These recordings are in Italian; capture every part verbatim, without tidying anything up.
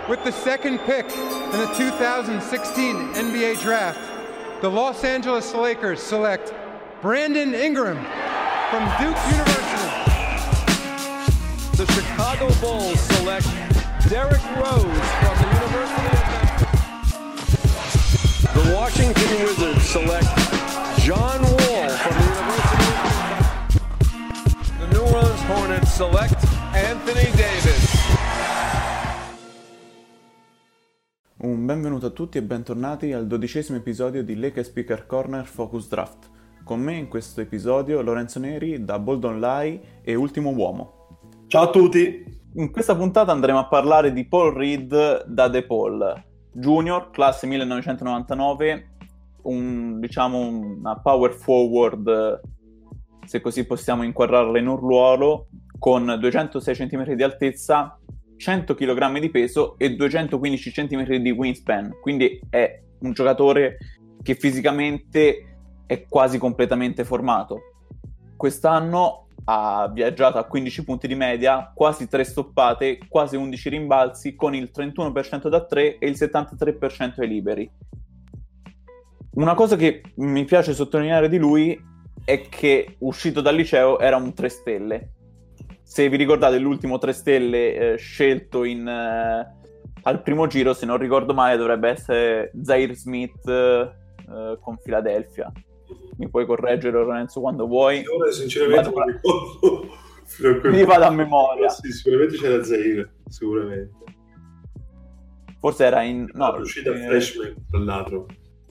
With the second pick in the two thousand sixteen N B A Draft, the Los Angeles Lakers select Brandon Ingram from Duke University. The Chicago Bulls select Derrick Rose from the University of Memphis. The Washington Wizards select John Wall from the University of Memphis. The New Orleans Hornets select Anthony Davis. Un benvenuto a tutti e bentornati al dodicesimo episodio di Lakers Speaker Corner Focus Draft. Con me in questo episodio Lorenzo Neri da Bold Lai e Ultimo Uomo. Ciao a tutti! In questa puntata andremo a parlare di Paul Reed da DePaul Junior, classe millenovecentonovantanove, un, diciamo una power forward, se così possiamo inquadrarla in un ruolo, con duecentosei centimetri di altezza, cento chilogrammi di peso e duecentoquindici centimetri di wingspan, quindi è un giocatore che fisicamente è quasi completamente formato. Quest'anno ha viaggiato a quindici punti di media, quasi tre stoppate, quasi undici rimbalzi, con il trentuno per cento da tre e il settantatré per cento ai liberi. Una cosa che mi piace sottolineare di lui è che uscito dal liceo era un tre stelle. Se vi ricordate l'ultimo tre stelle eh, scelto in, eh, al primo giro, se non ricordo male, dovrebbe essere Zaire Smith eh, con Philadelphia. Mi puoi correggere, Lorenzo, quando vuoi. Ora sinceramente non ricordo. Mi vado a memoria. Sì, sicuramente c'era Zaire, sicuramente. Forse era in... No, uscita eh... freshman, tra l'altro.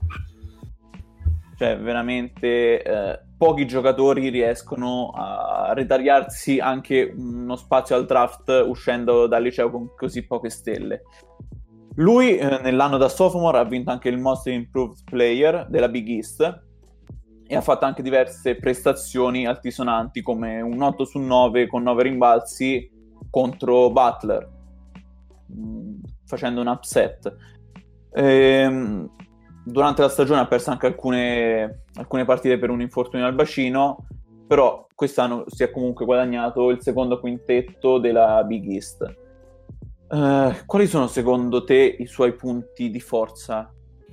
Cioè, veramente eh, pochi giocatori riescono a ritagliarsi anche uno spazio al draft uscendo dal liceo con così poche stelle. Lui, eh, nell'anno da sophomore, ha vinto anche il Most Improved Player della Big East e ha fatto anche diverse prestazioni altisonanti, come un otto su nove con nove rimbalzi contro Butler, mh, facendo un upset. Ehm... Durante la stagione ha perso anche alcune, alcune partite per un infortunio al bacino, però quest'anno si è comunque guadagnato il secondo quintetto della Big East. Uh, quali sono secondo te i suoi punti di forza?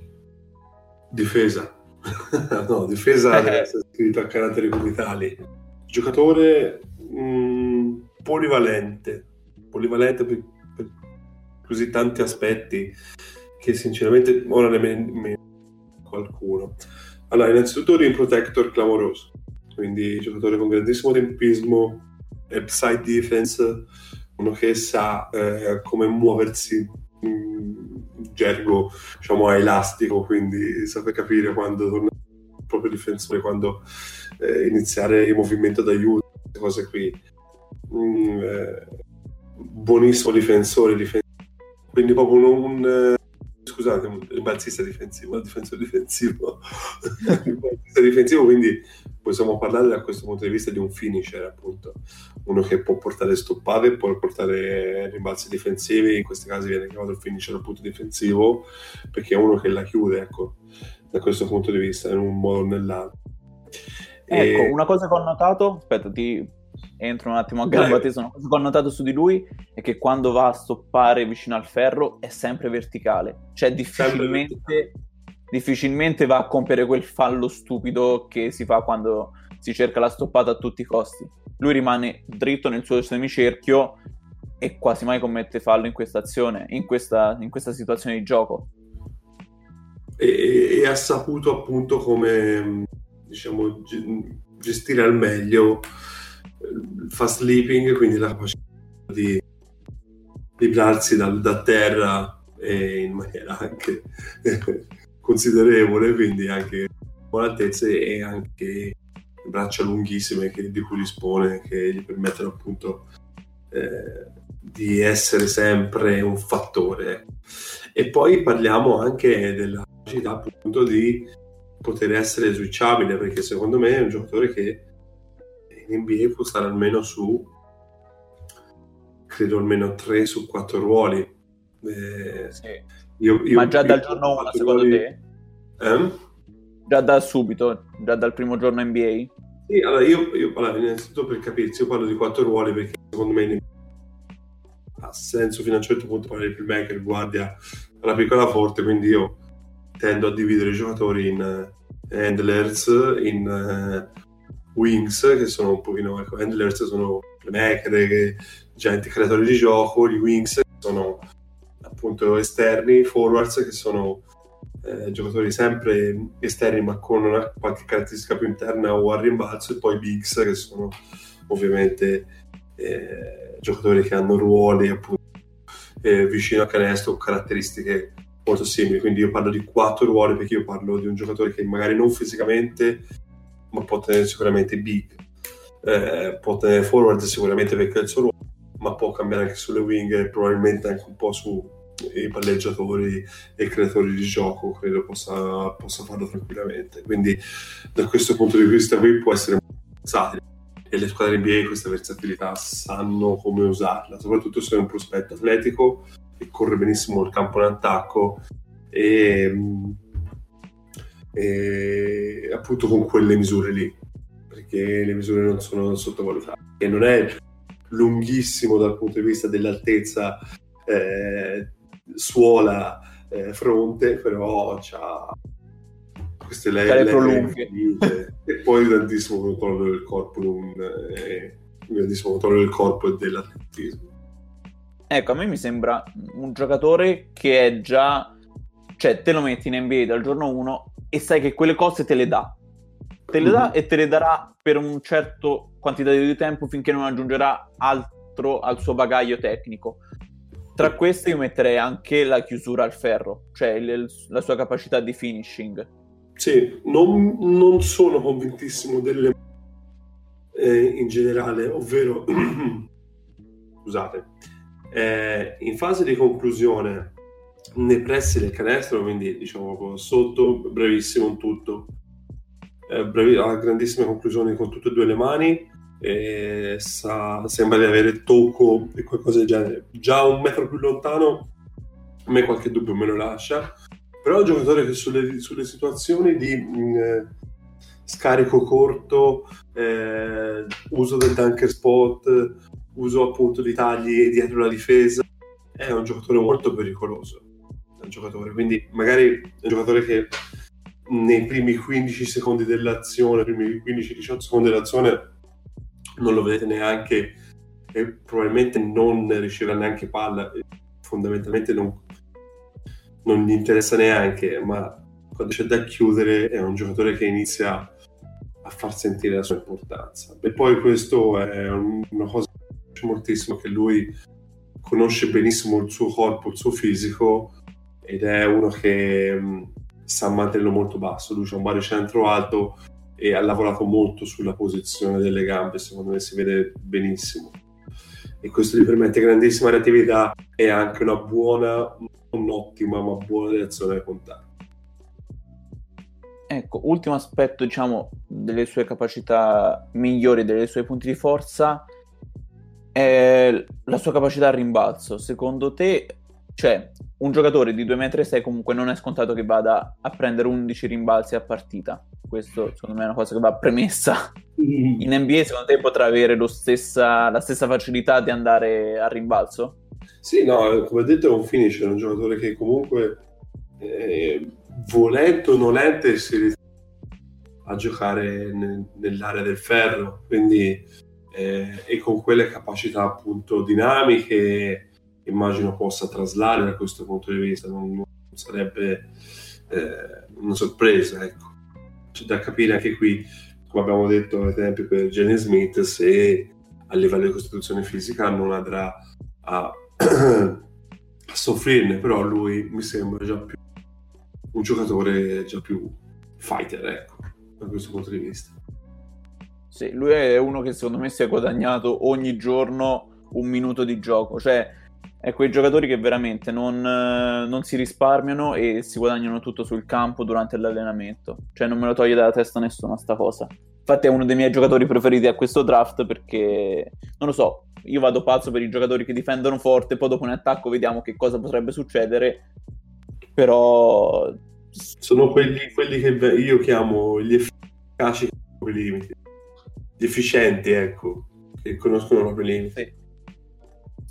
Difesa. No, difesa deve essere scritto a caratteri cubitali. Giocatore mh, polivalente, polivalente per, per così tanti aspetti che sinceramente ora ne me qualcuno. Allora, innanzitutto rim protector clamoroso, quindi giocatore con grandissimo tempismo, upside defense, uno che sa eh, come muoversi in gergo, diciamo, a elastico, quindi sa capire quando tornare il proprio difensore, quando eh, iniziare il movimento d'aiuto, queste cose qui. Mm, eh, buonissimo difensore, difensore, quindi proprio un, un scusate, un rimbalzista difensivo, un difensore difensivo, un rimbalzista difensivo, quindi possiamo parlare da questo punto di vista di un finisher, appunto, uno che può portare stoppate, può portare rimbalzi difensivi, in questi casi viene chiamato il finisher dal punto difensivo, perché è uno che la chiude, ecco, da questo punto di vista, in un modo o nell'altro. Ecco, e... una cosa che ho notato, aspetta, ti entro un attimo a gamba teso, una cosa che ho notato su di lui è che quando va a stoppare vicino al ferro è sempre verticale, cioè difficilmente, difficilmente va a compiere quel fallo stupido che si fa quando si cerca la stoppata a tutti i costi. Lui rimane dritto nel suo semicerchio e quasi mai commette fallo in questa azione, in questa, in questa situazione di gioco. E, e ha saputo appunto come, diciamo, gestire al meglio il fast sleeping, quindi la capacità di librarsi da, da terra e in maniera anche considerevole, quindi anche con altezze e anche braccia lunghissime che, di cui dispone, che gli permettono appunto eh, di essere sempre un fattore. E poi parliamo anche della capacità appunto di poter essere switchabile, perché secondo me è un giocatore che in N B A può stare almeno su, credo almeno tre su quattro ruoli. Eh, sì. io, io, Ma già io, dal giorno uno, secondo ruoli... te? Eh? Già da subito, già dal primo giorno N B A? Sì, allora io, io allora, innanzitutto per capirsi, io parlo di quattro ruoli perché secondo me ha senso fino a un certo punto fare il playmaker, il guardia, la piccola forte, quindi io tendo a dividere i giocatori in uh, handlers, in uh, wings, che sono un pochino, ecco, handlers sono playmaker, che, gente creatori di gioco, gli wings sono appunto esterni, forwards che sono eh, giocatori sempre esterni ma con una qualche caratteristica più interna o a rimbalzo, e poi bigs che sono ovviamente eh, giocatori che hanno ruoli appunto eh, vicino a canestro o caratteristiche molto simili. Quindi io parlo di quattro ruoli perché io parlo di un giocatore che magari non fisicamente ma può tenere sicuramente big, eh, può tenere forward sicuramente perché è il suo ruolo, ma può cambiare anche sulle wing e probabilmente anche un po' sui palleggiatori e creatori di gioco, credo possa, possa farlo tranquillamente. Quindi da questo punto di vista qui può essere molto versatilità, e le squadre N B A questa versatilità sanno come usarla, soprattutto se è un prospetto atletico che corre benissimo il campo in attacco e, e appunto con quelle misure lì, perché le misure non sono sottovalutate, e non è lunghissimo dal punto di vista dell'altezza eh, suola eh, fronte, però c'ha queste le, le, le e poi tantissimo controllo del corpo, un, eh, un grandissimo controllo del corpo e dell'atletismo. Ecco, a me mi sembra un giocatore che è già, cioè te lo metti in N B A dal giorno uno e sai che quelle cose te le dà te le dà mm-hmm. e te le darà per un certo quantitativo di tempo finché non aggiungerà altro al suo bagaglio tecnico. Tra queste io metterei anche la chiusura al ferro, cioè il, la sua capacità di finishing. Sì, non, non sono convintissimo delle eh, in generale, ovvero scusate, eh, in fase di conclusione nei pressi del canestro, quindi diciamo sotto, brevissimo in tutto, eh, brevi, ha grandissime conclusioni con tutte e due le mani, e sa, sembra di avere tocco e qualcosa del genere. Già un metro più lontano a me qualche dubbio me lo lascia, però è un giocatore che sulle, sulle situazioni di mh, scarico corto, eh, uso del dunker spot, uso appunto di tagli dietro la difesa, è un giocatore molto pericoloso, è un giocatore, quindi magari è un giocatore che nei primi quindici secondi dell'azione, nei primi quindici diciotto secondi dell'azione non lo vedete neanche e probabilmente non riceverà neanche palla, fondamentalmente non, non gli interessa neanche, ma quando c'è da chiudere è un giocatore che inizia a far sentire la sua importanza. E poi questo è una cosa che mi piace moltissimo, che lui conosce benissimo il suo corpo, il suo fisico, ed è uno che mh, sa mantenerlo molto basso. Lui c'ha un baricentro alto e ha lavorato molto sulla posizione delle gambe, secondo me si vede benissimo, e questo gli permette grandissima reattività e anche una buona, non ottima ma buona reazione ai contatti. Ecco, ultimo aspetto, diciamo, delle sue capacità migliori, delle sue punti di forza, è la sua capacità a rimbalzo. Secondo te, cioè, un giocatore di due virgola sei metri comunque non è scontato che vada a prendere undici rimbalzi a partita? Questo secondo me è una cosa che va premessa. In N B A secondo te potrà avere lo stessa, la stessa facilità di andare a rimbalzo? Sì, no, come ho detto è un finisher, è un giocatore che comunque eh, volente o nolente si ritrova a giocare nel, nell'area del ferro, quindi eh, e con quelle capacità appunto dinamiche immagino possa traslare da questo punto di vista, non, non sarebbe eh, una sorpresa, ecco. C'è da capire anche qui, come abbiamo detto ad esempio per Jalen Smith, se a livello di costituzione fisica non andrà a, a soffrirne, però lui mi sembra già più un giocatore già più fighter, ecco, da questo punto di vista. Sì, lui è uno che secondo me si è guadagnato ogni giorno un minuto di gioco, cioè è quei giocatori che veramente non, non si risparmiano e si guadagnano tutto sul campo durante l'allenamento, cioè non me lo toglie dalla testa nessuno sta cosa. Infatti è uno dei miei giocatori preferiti a questo draft, perché non lo so, io vado pazzo per i giocatori che difendono forte, poi dopo un attacco vediamo che cosa potrebbe succedere, però sono quelli, quelli che io chiamo gli efficaci con i limiti, gli efficienti, ecco, che conoscono i propri limiti. Sì.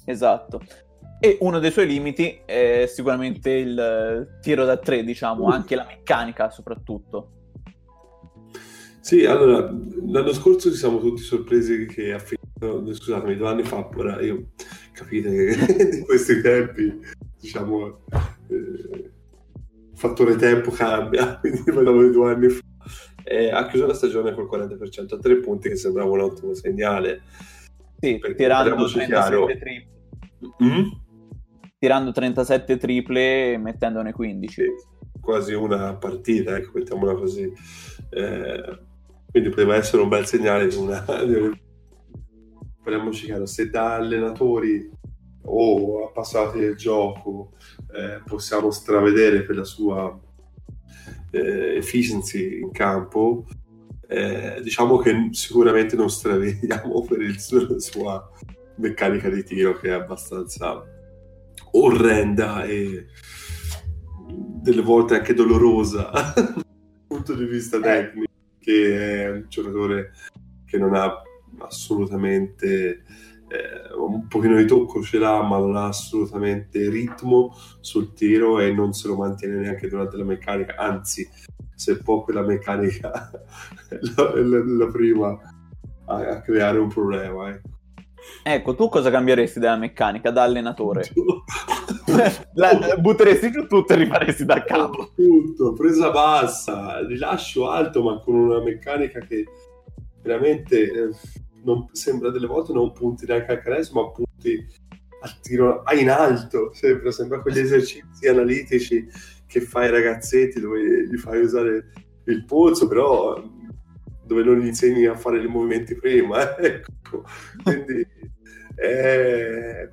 Esatto. E uno dei suoi limiti è sicuramente il tiro da tre, diciamo, anche la meccanica soprattutto. Sì, allora, l'anno scorso ci siamo tutti sorpresi che a fine, scusatemi, due anni fa, ora io capite che di questi tempi, diciamo, eh, il fattore tempo cambia, quindi parliamo di due anni fa. Eh, ha chiuso la stagione col quaranta per cento a tre punti, che sembrava un ottimo segnale. Sì, tirando trentasette triple. Mm? Tirando trentasette triple e mettendone quindici. Sì, quasi una partita, ecco, mettiamola così. Eh, quindi poteva essere un bel segnale di una... Parliamoci chiaro, se da allenatori o appassionati del gioco eh, possiamo stravedere per la sua eh, efficiency in campo, eh, diciamo che sicuramente non stravediamo per il suo, la sua meccanica di tiro, che è abbastanza orrenda e delle volte anche dolorosa dal punto di vista tecnico, che è un giocatore che non ha assolutamente eh, un pochino di tocco ce l'ha, ma non ha assolutamente ritmo sul tiro e non se lo mantiene neanche durante la meccanica, anzi se può quella meccanica la, la, la prima a, a creare un problema, ecco. Ecco, tu cosa cambieresti della meccanica da allenatore? la, la butteresti giù tutto e rifaresti da capo. Tutto, presa bassa, rilascio alto, ma con una meccanica che veramente eh, non, sembra delle volte non punti neanche al canestro, ma punti al tiro in alto. Sembra, sembra quegli esercizi analitici che fai ai ragazzetti dove gli fai usare il polso, però dove non gli insegni a fare i movimenti prima, ecco. Quindi è,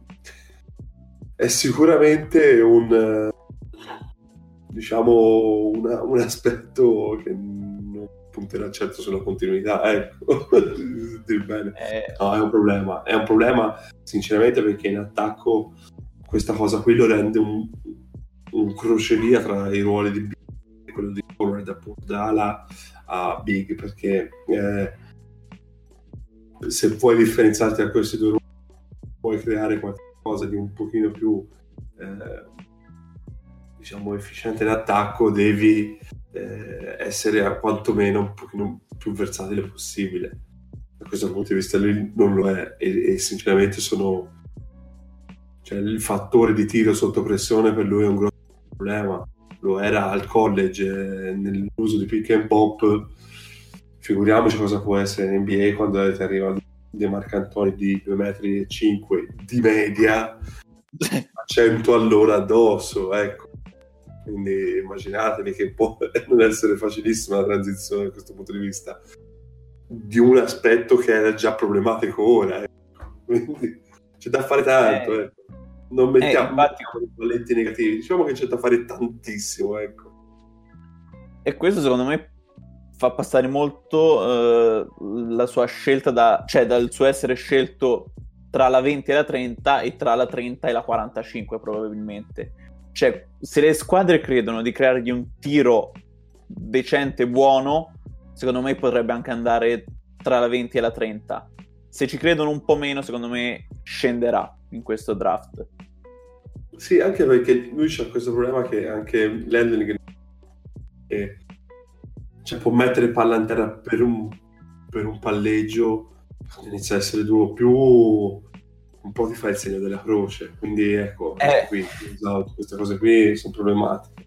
è sicuramente un, diciamo, una, un aspetto che non punterà certo sulla continuità, ecco. Dir bene. No, è un problema, è un problema sinceramente, perché in attacco questa cosa qui lo rende un, un crocevia tra i ruoli di big, quello di forward, appunto da ala a big, perché eh, se puoi differenziarti da questi due ruoli, puoi creare qualcosa di un pochino più eh, diciamo efficiente in attacco, devi eh, essere a quantomeno un pochino più versatile possibile. Da questo punto di vista lui non lo è, e, e sinceramente sono, cioè, il fattore di tiro sotto pressione per lui è un grosso problema. Lo era al college eh, nell'uso di pick and pop, figuriamoci cosa può essere in N B A quando ti arriva dei marcantori di due metri e cinque di media a cento all'ora addosso, ecco. Quindi immaginatevi che può non essere facilissima la transizione da questo punto di vista di un aspetto che era già problematico ora, ecco. Quindi c'è da fare tanto, eh. ecco. Non mettiamo eh, infatti, i balletti negativi, diciamo che c'è da fare tantissimo, ecco. E questo secondo me fa passare molto eh, la sua scelta da, cioè dal suo essere scelto tra la venti e la trenta e tra la trenta e la quarantacinque probabilmente. Cioè, se le squadre credono di creargli un tiro decente, buono, secondo me potrebbe anche andare tra la venti e la trenta. Se ci credono un po' meno, secondo me scenderà in questo draft. Sì, anche perché lui c'ha questo problema che anche l'handling, che cioè, può mettere palla in terra per un, per un palleggio, inizia a essere duro, più un po' ti fa il segno della croce, quindi ecco, eh. qui, esatto, queste cose qui sono problematiche.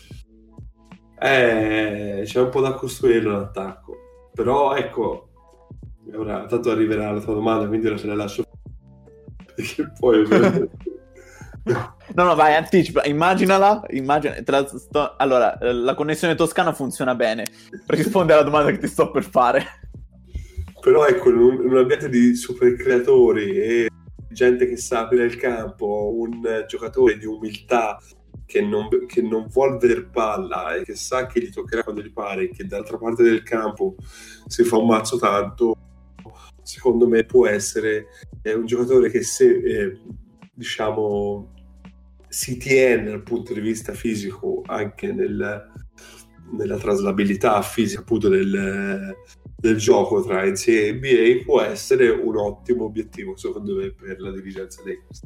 Eh, c'è un po' da costruirlo l'attacco, però ecco, ora tanto arriverà la tua domanda, quindi ora te la lascio, perché poi no no vai, anticipa, immaginala, immagina, la sto... allora la connessione toscana funziona bene per rispondere alla domanda che ti sto per fare, però ecco, in un, in un ambiente di super creatori e gente che sa aprire il campo, un giocatore di umiltà che non, che non vuol vedere palla e che sa che gli toccherà quando gli pare, che dall'altra parte del campo si fa un mazzo tanto, secondo me può essere eh, un giocatore che se eh, diciamo si tiene dal punto di vista fisico, anche nel, nella traslabilità fisica appunto del, del gioco tra N C A A e N B A può essere un ottimo obiettivo, secondo me, per la dirigenza Lakers.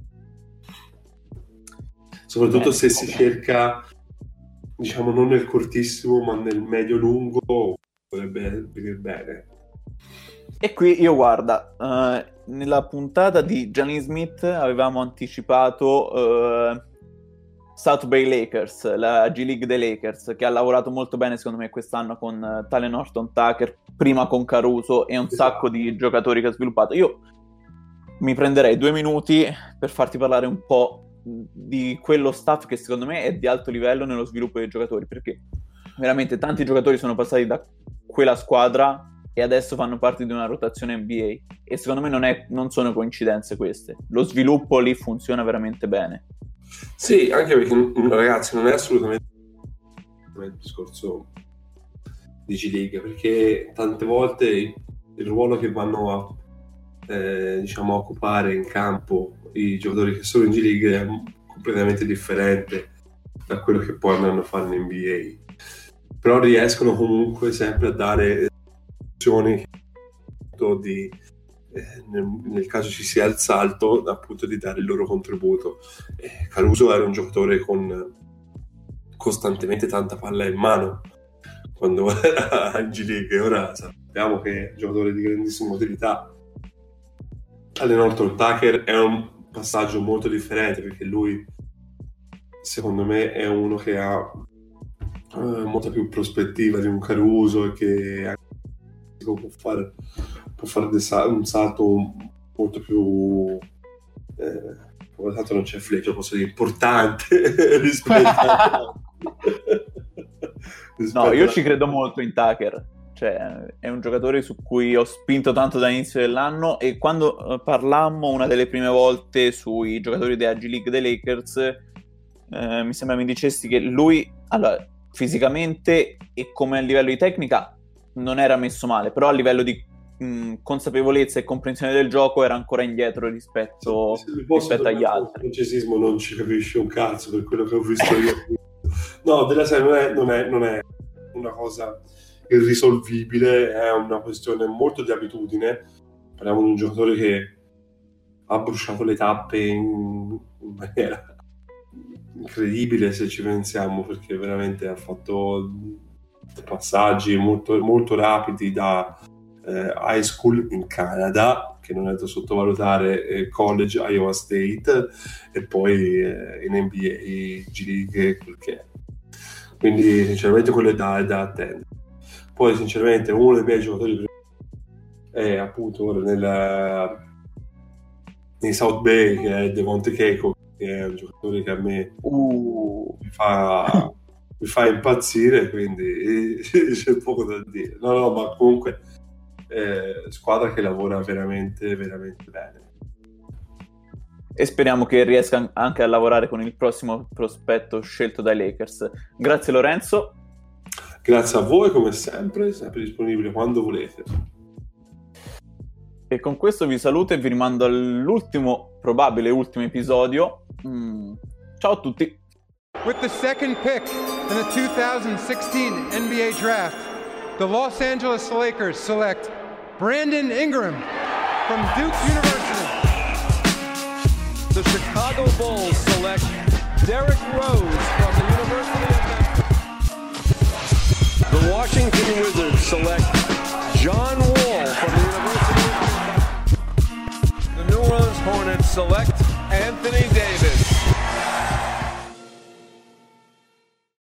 Soprattutto se si cerca, diciamo, non nel cortissimo, ma nel medio-lungo, potrebbe venire bene. E qui io, guarda, uh, nella puntata di Gianni Smith avevamo anticipato uh, South Bay Lakers, la G League dei Lakers, che ha lavorato molto bene secondo me quest'anno con uh, Talen Horton-Tucker, prima con Caruso e un esatto. sacco di giocatori che ha sviluppato. Io mi prenderei due minuti per farti parlare un po' di quello staff che secondo me è di alto livello nello sviluppo dei giocatori, perché veramente tanti giocatori sono passati da quella squadra e adesso fanno parte di una rotazione N B A, e secondo me non, è, non sono coincidenze queste. Lo sviluppo lì funziona veramente bene. Sì, anche perché, ragazzi, non è assolutamente il discorso di G League, perché tante volte il ruolo che vanno a eh, diciamo a occupare in campo i giocatori che sono in G League è completamente differente da quello che poi andranno a fare in N B A, però riescono comunque sempre a dare opzioni di eh, nel, nel caso ci sia il salto, appunto, di dare il loro contributo. eh, Caruso era un giocatore con costantemente tanta palla in mano quando era in G League, e ora sappiamo che è un giocatore di grandissima utilità. Talen Horton-Tucker è un passaggio molto differente, perché lui, secondo me, è uno che ha eh, molta più prospettiva di un Caruso, e che può fare, può fare un salto molto più eh, tanto non c'è fleccia, posso dire, importante rispetto a no, io ci credo molto in Tucker, cioè è un giocatore su cui ho spinto tanto dall'inizio dell'anno, e quando parlammo una delle prime volte sui giocatori della G League dei Lakers, eh, mi sembra mi dicessi che lui, allora, fisicamente e come a livello di tecnica non era messo male, però a livello di mh, consapevolezza e comprensione del gioco era ancora indietro rispetto, rispetto agli altri. Il francesismo non ci capisce un cazzo, per quello che ho visto io. No, della serie non è, non è, non è una cosa irrisolvibile, è una questione molto di abitudine. Parliamo di un giocatore che ha bruciato le tappe in, in maniera incredibile, se ci pensiamo, perché veramente ha fatto passaggi molto, molto rapidi da eh, high school in Canada, che non è da sottovalutare, eh, college Iowa State, e poi eh, in N B A, G League, quel che è. Quindi sinceramente quello è da, è da attendere. Poi sinceramente uno dei miei giocatori è appunto ora nel, in South Bay, che è Devonte Keiko, che è un giocatore che a me uh. mi fa mi fa impazzire, quindi c'è poco da dire. No, no, ma comunque eh, squadra che lavora veramente, veramente bene. E speriamo che riesca anche a lavorare con il prossimo prospetto scelto dai Lakers. Grazie Lorenzo. Grazie a voi, come sempre, sempre disponibile quando volete. E con questo vi saluto e vi rimando all'ultimo, probabile ultimo episodio. Mm. Ciao a tutti. With the second pick in the two thousand sixteen N B A Draft, the Los Angeles Lakers select Brandon Ingram from Duke University. The Chicago Bulls select Derrick Rose from the University of Memphis. The Washington Wizards select John Wall from the University of Memphis. The New Orleans Hornets select Anthony Davis.